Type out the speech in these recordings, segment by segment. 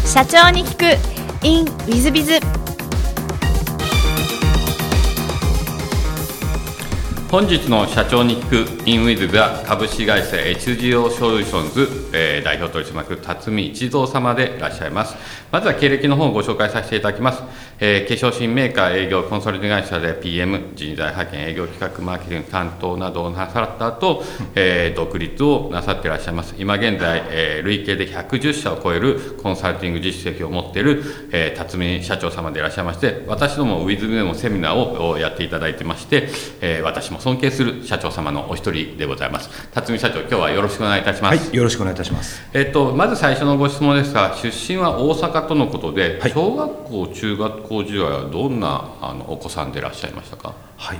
社長に聞く in ウィズビズ。 本日の社長に聞く in ウィズビズは株式会社 HGO ソリューションズ、代表取締役辰巳一蔵様でいらっしゃいます。まずは経歴の方をご紹介させていただきます。化粧品メーカー営業コンサルティング会社で PM 人材派遣営業企画マーケティング担当などをなさった後、独立をなさっていらっしゃいます。今現在、累計で110社を超えるコンサルティング実績を持っている、辰巳社長様でいらっしゃいまして、私どもウィズビでもセミナーをやっていただいてまして、私も尊敬する社長様のお一人でございます。辰巳社長、今日はよろしくお願いいたします。 はい、よろしくお願いいたします。 まず最初のご質問ですが、出身は大阪とのことで、 はい、 小学校中学校時代はどんなお子さんでいらっしゃいましたか？ はい、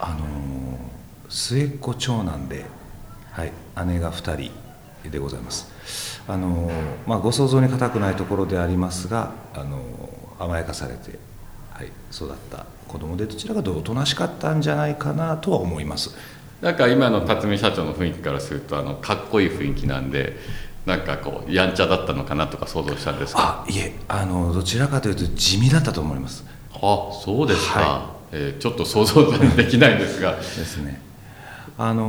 末っ子長男で、はい、姉が2人でございます。ご想像に難くないところでありますが、甘やかされて、はい、育った子供で、どちらかというとおとなしかったんじゃないかなとは思います。 なんか今の辰巳社長の雰囲気からするとかっこいい雰囲気なんで、なんかこうやんちゃだったのかなとか想像したんですか？ いえ、どちらかというと地味だったと思います。 そうですか、 はちょっと想像できないんですがですね。姉が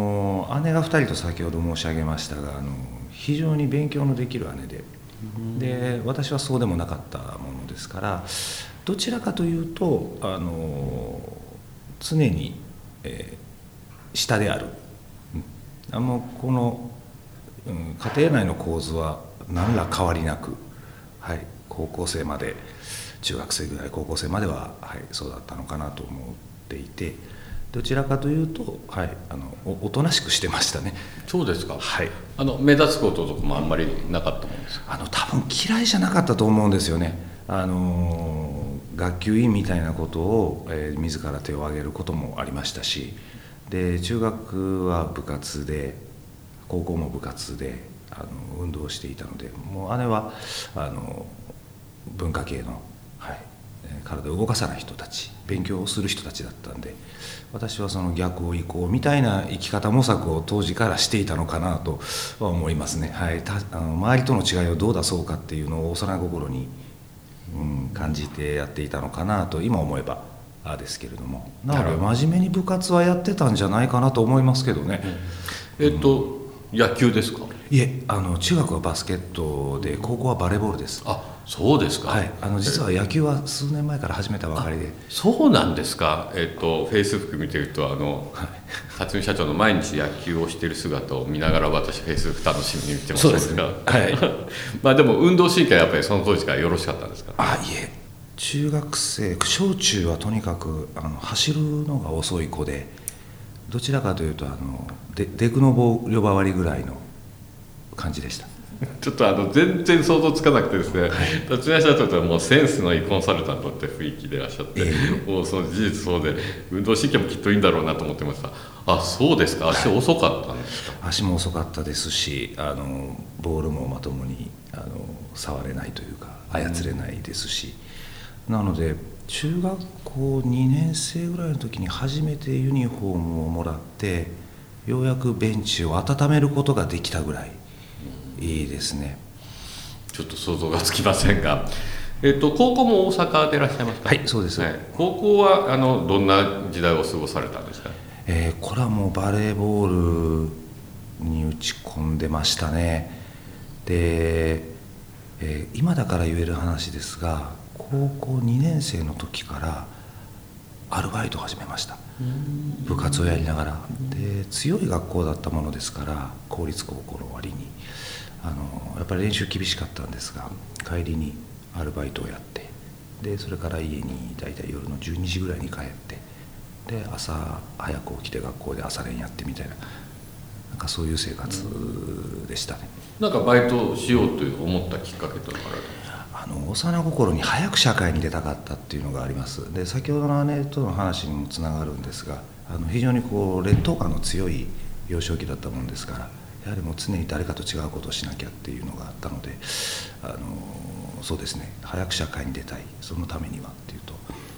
2人と先ほど申し上げましたが、非常に勉強のできる姉で、私はそうでもなかったものですから、どちらかというと常に、下である、この、家庭内の構図は何ら変わりなく、はい、高校生まで、中学生ぐらい高校生までは、はい、そうだったのかなと思っていて、どちらかというと、はい、おとなしくしてましたね。 そうですか。 はい、 目立つこととかもあんまりなかったもんですか？ 多分嫌いじゃなかったと思うんですよね。学級委員みたいなことを、自ら手を挙げることもありましたし、で中学は部活で、高校も部活で運動していたので、もう姉は文化系の、はい、体を動かさない人たち、勉強をする人たちだったんで、私はその逆を行こうみたいな生き方模索を当時からしていたのかなとは思いますね。はい、周りとの違いをどう出そうかっていうのを幼心に、感じてやっていたのかなと今思えばですけれども、なので真面目に部活はやってたんじゃないかなと思いますけどね。 野球ですか？ いえ、中学はバスケットで、高校はバレーボールです。 そうですか。 はい、実は野球は数年前から始めたばかりで。 そうなんですか。フェイスブック見てると辰巳社長の毎日野球をしている姿を見ながら、私フェイスブック楽しみに見てますが、そうですね、はいでも運動神経はやっぱりその当時からよろしかったんですか？ いえ、中学生、小中はとにかく走るのが遅い子で、どちらかというとデクノボ呼ばわりぐらいの感じでした。 ちょっと全然想像つかなくてですね、辰巳社長とはもうセンスのいいコンサルタントって雰囲気でいらっしゃって、もうその事実そうで、運動神経もきっといいんだろうなと思ってました。そうですか。足遅かったんですか？ 足も遅かったですし、ボールもまともに触れないというか操れないですし、なので中学校2年生ぐらいの時に初めてユニフォームをもらって、ようやくベンチを温めることができたぐらいいいですね。 ちょっと想像がつきませんが、高校も大阪でいらっしゃいますか？ はい、そうです。 高校はどんな時代を過ごされたんですか？ これはもうバレーボールに打ち込んでましたね。で、今だから言える話ですが、高校2年生の時からアルバイトを始めました。部活をやりながらで、強い学校だったものですから、公立高校の終わりにやっぱり練習厳しかったんですが、帰りにアルバイトをやって、でそれから家に大体夜の12時ぐらいに帰って、で朝早く起きて学校で朝練やってみたいな、なんかそういう生活でしたね。 なんかバイトしようと思ったきっかけというのがあるんですか？ 幼心に早く社会に出たかったっていうのがあります。で先ほどの姉との話にもつながるんですが、非常に劣等感の強い幼少期だったもんですから、やはりもう常に誰かと違うことをしなきゃっていうのがあったので、そうですね、早く社会に出たい、そのためにはっていうと、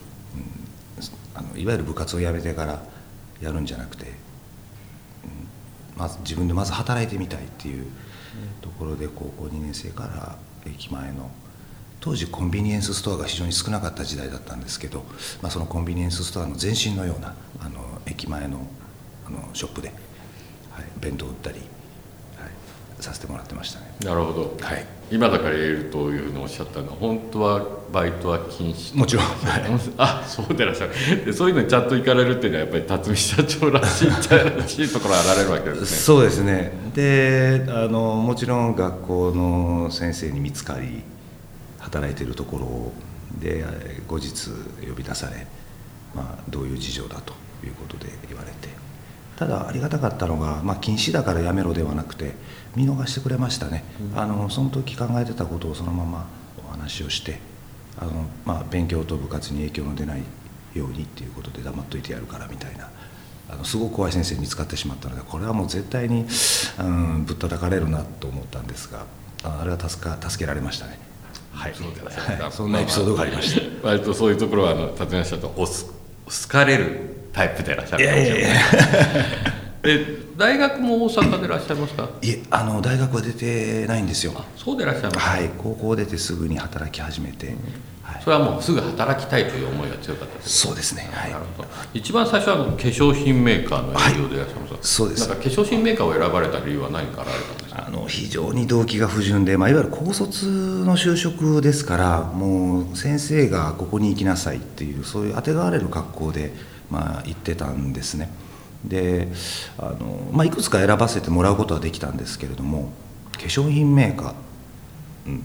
いわゆる部活を辞めてからやるんじゃなくて、まず自分でまず働いてみたいっていうところで、高校2年生から駅前の当時コンビニエンスストアが非常に少なかった時代だったんですけど、そのコンビニエンスストアの前身のような駅前のショップで、弁当売ったり、させてもらってましたね。 なるほど、 はい、 今だから言えるというのをおっしゃったのは、本当はバイトは禁止、 もちろん、 そうでらっしゃる。でそういうのにちゃんと行かれるっていうのはやっぱり辰巳社長らしいっちゃらしいところがあられるわけですね。 そうですね。でもちろん学校の先生に見つかり働いているところで後日呼び出され、どういう事情だということで言われて、ただありがたかったのが、禁止だからやめろではなくて見逃してくれましたね。その時考えてたことをそのままお話をして勉強と部活に影響の出ないようにっていうことで黙っといてやるからみたいな、すごく怖い先生に見つかってしまったので、これはもう絶対に、ぶったたかれるなと思ったんですが、あれは助けられましたね。はい、そんなエピソードがありました。 割とそういうところは辰巳社長と好かれるタイプでいらっしゃるかもしれない。大学も大阪でいらっしゃいますか？ いえ、大学は出てないんですよ。 そうでいらっしゃいますか？ はい、高校出てすぐに働き始めて、 それはもうすぐ働きたいという思いが強かったですか？ そうですね。はい、 なるほど。一番最初は化粧品メーカーの営業でいらっしゃいますか？ そうです。 なんか化粧品メーカーを選ばれた理由は何かあられたんですか？ 非常に動機が不純で、いわゆる高卒の就職ですから、もう先生がここに行きなさいっていう、そういうあてがわれる格好で、行ってたんですね。でいくつか選ばせてもらうことはできたんですけれども、化粧品メーカー、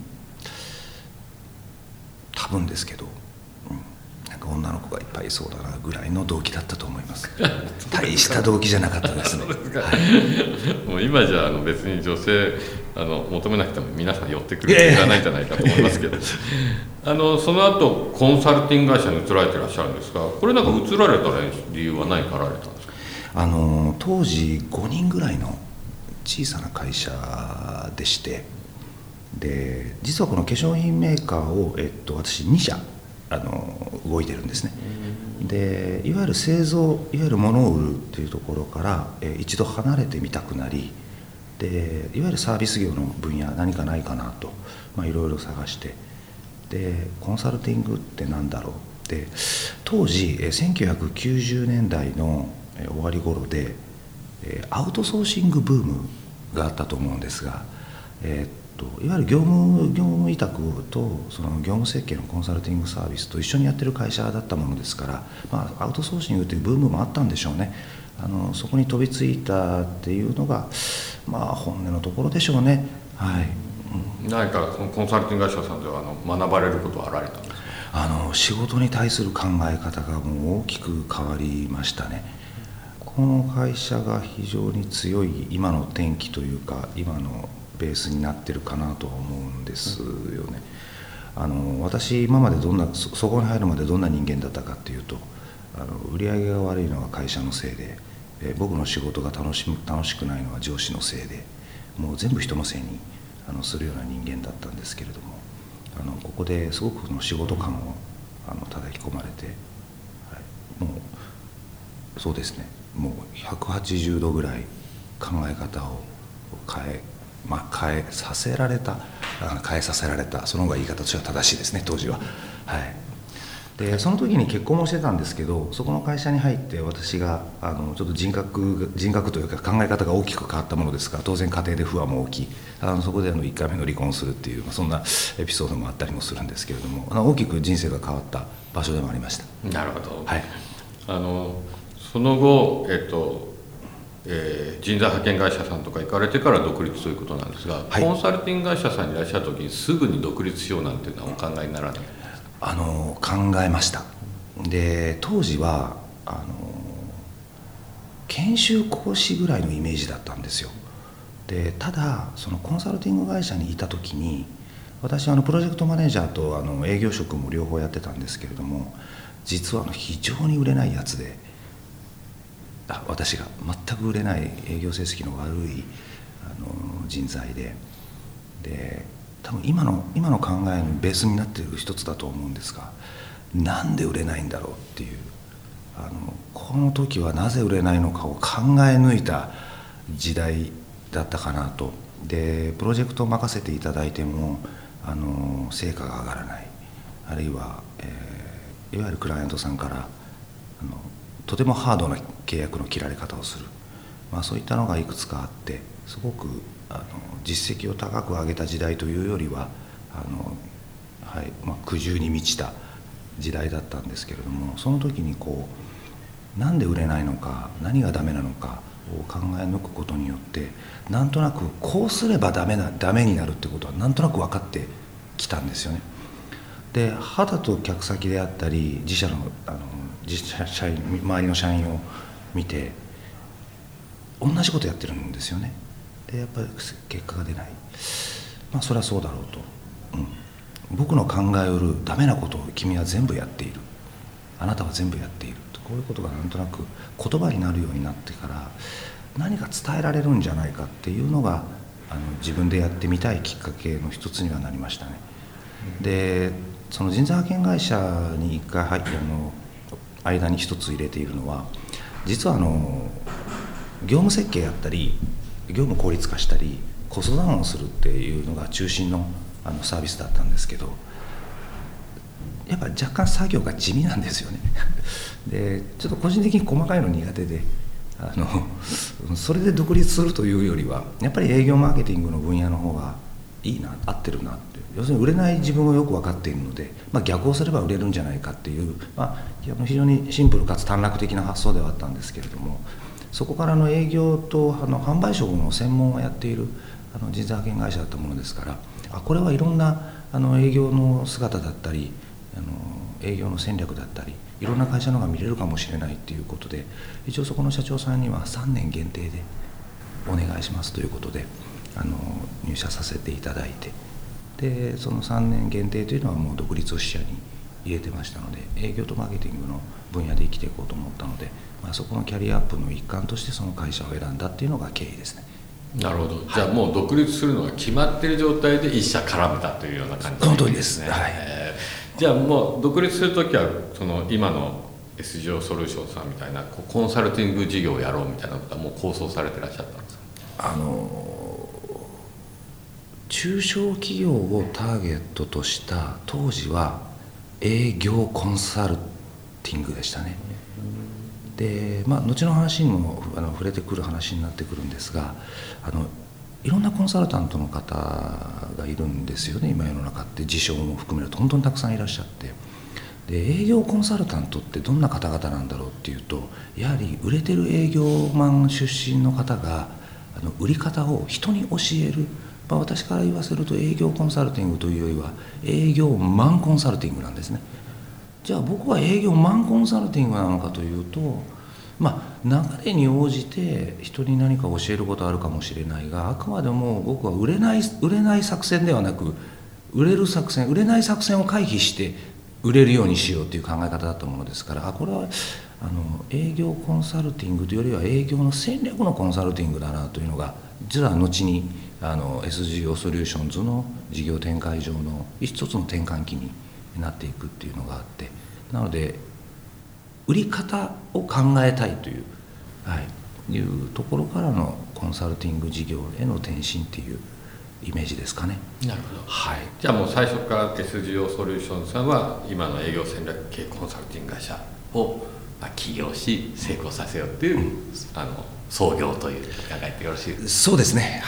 多分ですけど、なんか女の子がいっぱいいそうだなぐらいの動機だったと思います。大した動機じゃなかったですね。 もう今じゃ別に女性求めなくても皆さん寄ってくるんじゃないんじゃないかと思いますけどその後コンサルティング会社に移られていらっしゃるんですが、これなんか移られた理由は何かあられたんですか？ 当時5人ぐらいの小さな会社でして、で実はこの化粧品メーカーを、私2社動いてるんですね。でいわゆる製造、いわゆる物を売るっていうところから、一度離れてみたくなり、でいわゆるサービス業の分野何かないかなと、いろいろ探して、でコンサルティングってなんだろうって、当時1990年代の終わり頃でアウトソーシングブームがあったと思うんですが、いわゆる業務委託とその業務設計のコンサルティングサービスと一緒にやってる会社だったものですから、アウトソーシングというブームもあったんでしょうね。そこに飛びついたっていうのが、本音のところでしょうね。はい、 何かコンサルティング会社さんでは学ばれることはあられたんですか？ 仕事に対する考え方がもう大きく変わりましたね。この会社が非常に強い今の転機というか今のベースになってるかなとは思うんですよね。私今までそこに入るまでどんな人間だったかっていうと、売り上げが悪いのは会社のせいで、僕の仕事が楽しくないのは上司のせいで、もう全部人のせいにするような人間だったんですけれども、ここですごくの仕事感を叩き込まれて、もうそうですね、もう180度ぐらい考え方を変えさせられた、その方が言い方としては正しいですね、当時は。でその時に結婚もしてたんですけど、そこの会社に入って私がちょっと人格というか考え方が大きく変わったものですから、当然家庭で不安も大きい、そこで1回目の離婚するっていう、そんなエピソードもあったりもするんですけれども、大きく人生が変わった場所でもありました。 なるほど。 はい、 その後、人材派遣会社さんとか行かれてから独立ということなんですが、はい、コンサルティング会社さんにいらっしゃる時にすぐに独立しようなんていうのはお考えにならない？ 考えました。で当時は研修講師ぐらいのイメージだったんですよ。でただそのコンサルティング会社にいた時に、私プロジェクトマネージャーと営業職も両方やってたんですけれども、実は非常に売れないやつで、私が全く売れない営業成績の悪い人材で、多分今の考えのベースになっている一つだと思うんですが、なんで売れないんだろうっていう、この時はなぜ売れないのかを考え抜いた時代だったかなと。でプロジェクトを任せていただいても成果が上がらない、あるいは、いわゆるクライアントさんからとてもハードな契約の切られ方をする、そういったのがいくつかあって、すごく実績を高く上げた時代というよりは苦渋に満ちた時代だったんですけれども、その時になんで売れないのか、何がダメなのかを考え抜くことによって、なんとなくこうすればダメになるってことはなんとなく分かってきたんですよね。で、肌と客先であったり自社社員、周りの社員を見て同じことやってるんですよね。でやっぱり結果が出ない、それはそうだろうと、僕の考えうるダメなことを君は全部やっている、あなたは全部やっていると、こういうことがなんとなく言葉になるようになってから、何か伝えられるんじゃないかっていうのが自分でやってみたいきっかけの一つにはなりましたね。でその人材派遣会社に一回入って間に一つ入れているのは、実は業務設計やったり業務効率化したりコストダウンをするっていうのが中心のサービスだったんですけど、やっぱり若干作業が地味なんですよね。でちょっと個人的に細かいの苦手で、それで独立するというよりはやっぱり営業マーケティングの分野の方がいいな、合ってるなって、要するに売れない自分をよく分かっているので、逆をすれば売れるんじゃないかっていう、非常にシンプルかつ短絡的な発想ではあったんですけれども、そこからの営業と販売職の専門をやっている人材派遣会社だったものですから、これはいろんな営業の姿だったり営業の戦略だったりいろんな会社のが見れるかもしれないっていうことで、一応そこの社長さんには3年限定でお願いしますということで入社させていただいて、でその3年限定というのはもう独立を視野に入れてましたので、営業とマーケティングの分野で生きていこうと思ったので、そこのキャリアアップの一環としてその会社を選んだっていうのが経緯ですね。 なるほど、じゃあもう独立するのが決まっている状態で一社絡めたというような感じですね。 その通りです、 じゃあもう独立するときは今の SGO ソリューションさんみたいなコンサルティング事業をやろうみたいなことはもう構想されてらっしゃったんですか？ 中小企業をターゲットとした当時は営業コンサルティングでしたね。で後の話にも触れてくる話になってくるんですが、いろんなコンサルタントの方がいるんですよね、今世の中って。自称も含めると本当にたくさんいらっしゃって、で営業コンサルタントってどんな方々なんだろうっていうと、やはり売れてる営業マン出身の方が売り方を人に教える、私から言わせると営業コンサルティングというよりは営業マンコンサルティングなんですね。じゃあ僕は営業マンコンサルティングなのかというと、流れに応じて人に何か教えることはあるかもしれないが、あくまでも僕は売れない作戦ではなく売れない作戦を回避して売れるようにしようという考え方だったものですから、これは営業コンサルティングというよりは営業の戦略のコンサルティングだなというのが、実は後にSGO ソリューションズの事業展開上の一つの転換期になっていくっていうのがあって、なので売り方を考えたいという、いうところからのコンサルティング事業への転身っていうイメージですかね。 なるほど、じゃあもう最初から SGO ソリューションズさんは今の営業戦略系コンサルティング会社を起業し成功させようっていう、創業という考えてよろしいですか？ そうですね、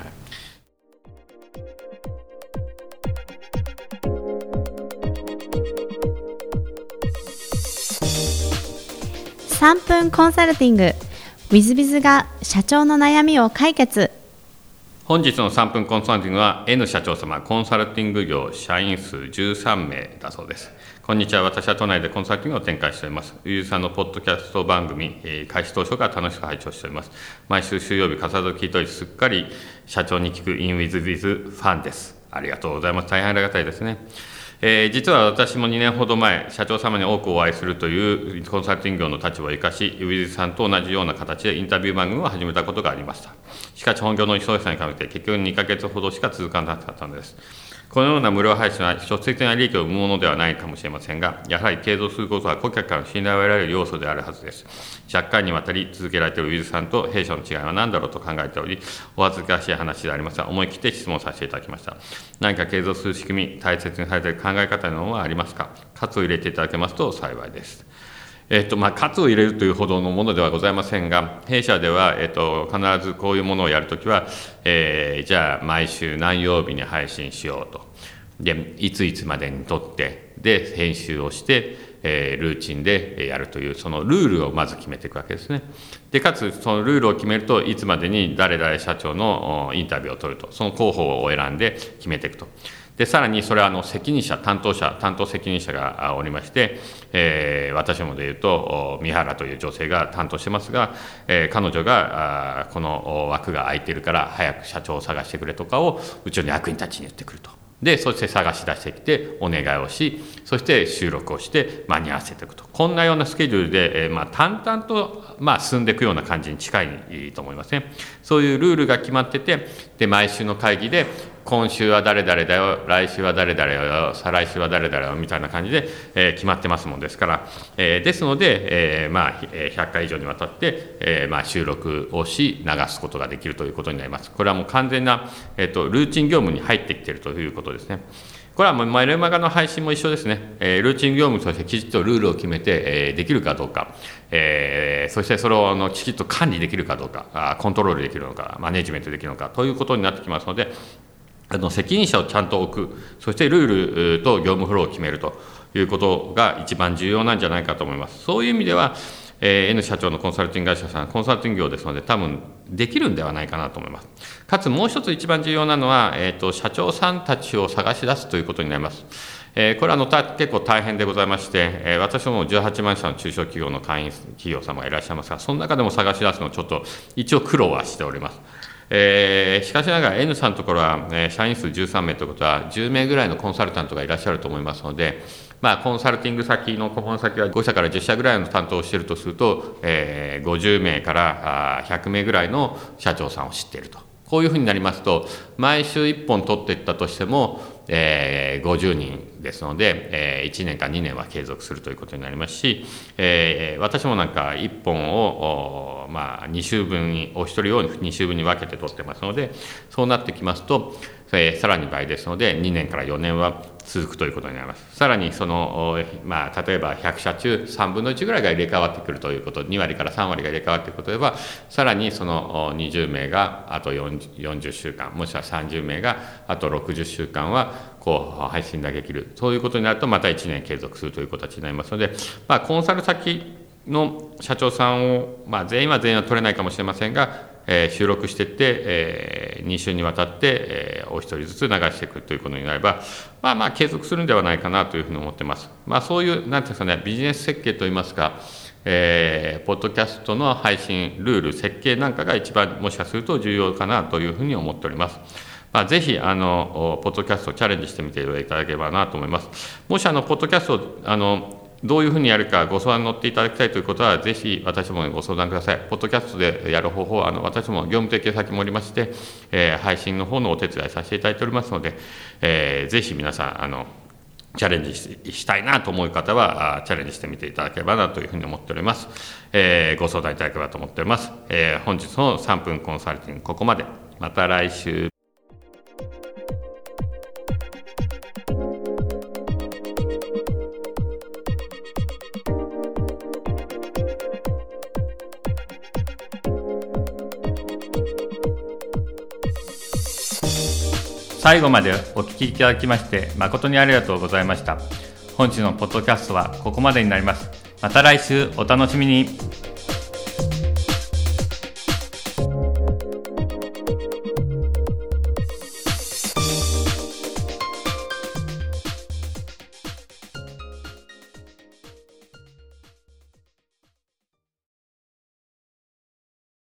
3分コンサルティング WithBiz が社長の悩みを解決。 本日の3分コンサルティングは N 社長様コンサルティング業社員数13名だそうです。こんにちは。私は都内でコンサルティングを展開しております。ゆうさんのポッドキャスト番組、開始当初から楽しく拝聴しております。毎週水曜日欠かさず聞いており、すっかり社長に聞く In WithBiz ファンです。ありがとうございます。大変ありがたいですね。実は私も2年ほど前、社長様に多くお会いするというコンサルティング業の立場を生かし、WithBizさんと同じような形でインタビュー番組を始めたことがありました。しかし本業の忙しさに関して結局2ヶ月ほどしか続かなかったのです。 このような無料配信は直接的な利益を生むものではないかもしれませんが、やはり継続することは顧客からの信頼を得られる要素であるはずです。100回にわたり続けられているウィズさんと弊社の違いは何だろうと考えており、お恥ずかしい話でありますが、思い切って質問させていただきました。何か継続する仕組み、大切にされている考え方のものはありますか？喝を入れていただけますと幸いです。喝を入れるというほどのものではございませんが、弊社では、必ずこういうものをやるときは、じゃあ毎週何曜日に配信しようと。で、いついつまでに撮って、で、編集をして、ルーチンでやるという、そのルールをまず決めていくわけですね。で、かつ、そのルールを決めると、いつまでに誰々社長のインタビューを取ると、その候補を選んで決めていくと。で、さらにそれは責任者、担当責任者がおりまして、私もでいうと、三原という女性が担当してますが、彼女がこの枠が空いてるから早く社長を探してくれとかをうちの役員たちに言ってくると。で、そして探し出してきてお願いをし、そして収録をして間に合わせていくと。こんなようなスケジュールで、淡々と進んでいくような感じに近いと思いますね。そういうルールが決まってて、で、毎週の会議で、今週は誰々だよ、来週は誰々だよ、再来週は誰々だよみたいな感じで、決まってますもんですから、ですので、100回以上にわたって、収録をし流すことができるということになります。これはもう完全な、ルーチン業務に入ってきているということですね。これはもうメルマガの配信も一緒ですね。ルーチン業務としてきちっとルールを決めて、できるかどうか、そしてそれをきちっと管理できるかどうか、コントロールできるのか、マネジメントできるのかということになってきますので、責任者をちゃんと置く、そしてルールと業務フローを決めるということが一番重要なんじゃないかと思います。そういう意味では、N 社長のコンサルティング会社さん、コンサルティング業ですので、多分できるんではないかなと思います。かつもう一つ一番重要なのは、社長さんたちを探し出すということになります。これは結構大変でございまして、私ども18万社の中小企業の会員企業様がいらっしゃいますが、その中でも探し出すのをちょっと一応苦労はしております。しかしながら N さんのところは、社員数13名ということは10名ぐらいのコンサルタントがいらっしゃると思いますので、コンサルティング先の顧問先は5社から10社ぐらいの担当をしているとすると、50名から100名ぐらいの社長さんを知っていると。こういうふうになりますと、毎週1本取っていったとしても、50人ですので、1年か2年は継続するということになりますし、私もなんか1本を、2週分に、お一人を2週分に分けて取ってますので、そうなってきますと、さらに倍ですので、2年から4年は続くということになります。さらに例えば100社中3分の1ぐらいが入れ替わってくるということ、2割から3割が入れ替わってくるといえば、さらにその20名があと40週間、もしくは30名があと60週間は配信ができる。そういうことになると、また1年継続するという形になりますので、コンサル先の社長さんを、全員は取れないかもしれませんが、収録していって、2週にわたって、お一人ずつ流していくということになれば、継続するんではないかなというふうに思っています。そういう、なんていうんですかね、ビジネス設計といいますか、ポッドキャストの配信、ルール、設計なんかが一番もしかすると重要かなというふうに思っております。ぜひポッドキャストをチャレンジしてみていただければなと思います。もしポッドキャストをどういうふうにやるかご相談に乗っていただきたいということは、ぜひ私もご相談ください。ポッドキャストでやる方法は、私も業務提携先もおりまして、配信の方のお手伝いさせていただいておりますので、ぜひ皆さん、チャレンジしたいなと思う方は、チャレンジしてみていただければなというふうに思っております。ご相談いただければと思っております。本日の3分コンサルティング、ここまで。また来週。最後までお聞きいただきまして誠にありがとうございました。本日のポッドキャストはここまでになります。また来週お楽しみに。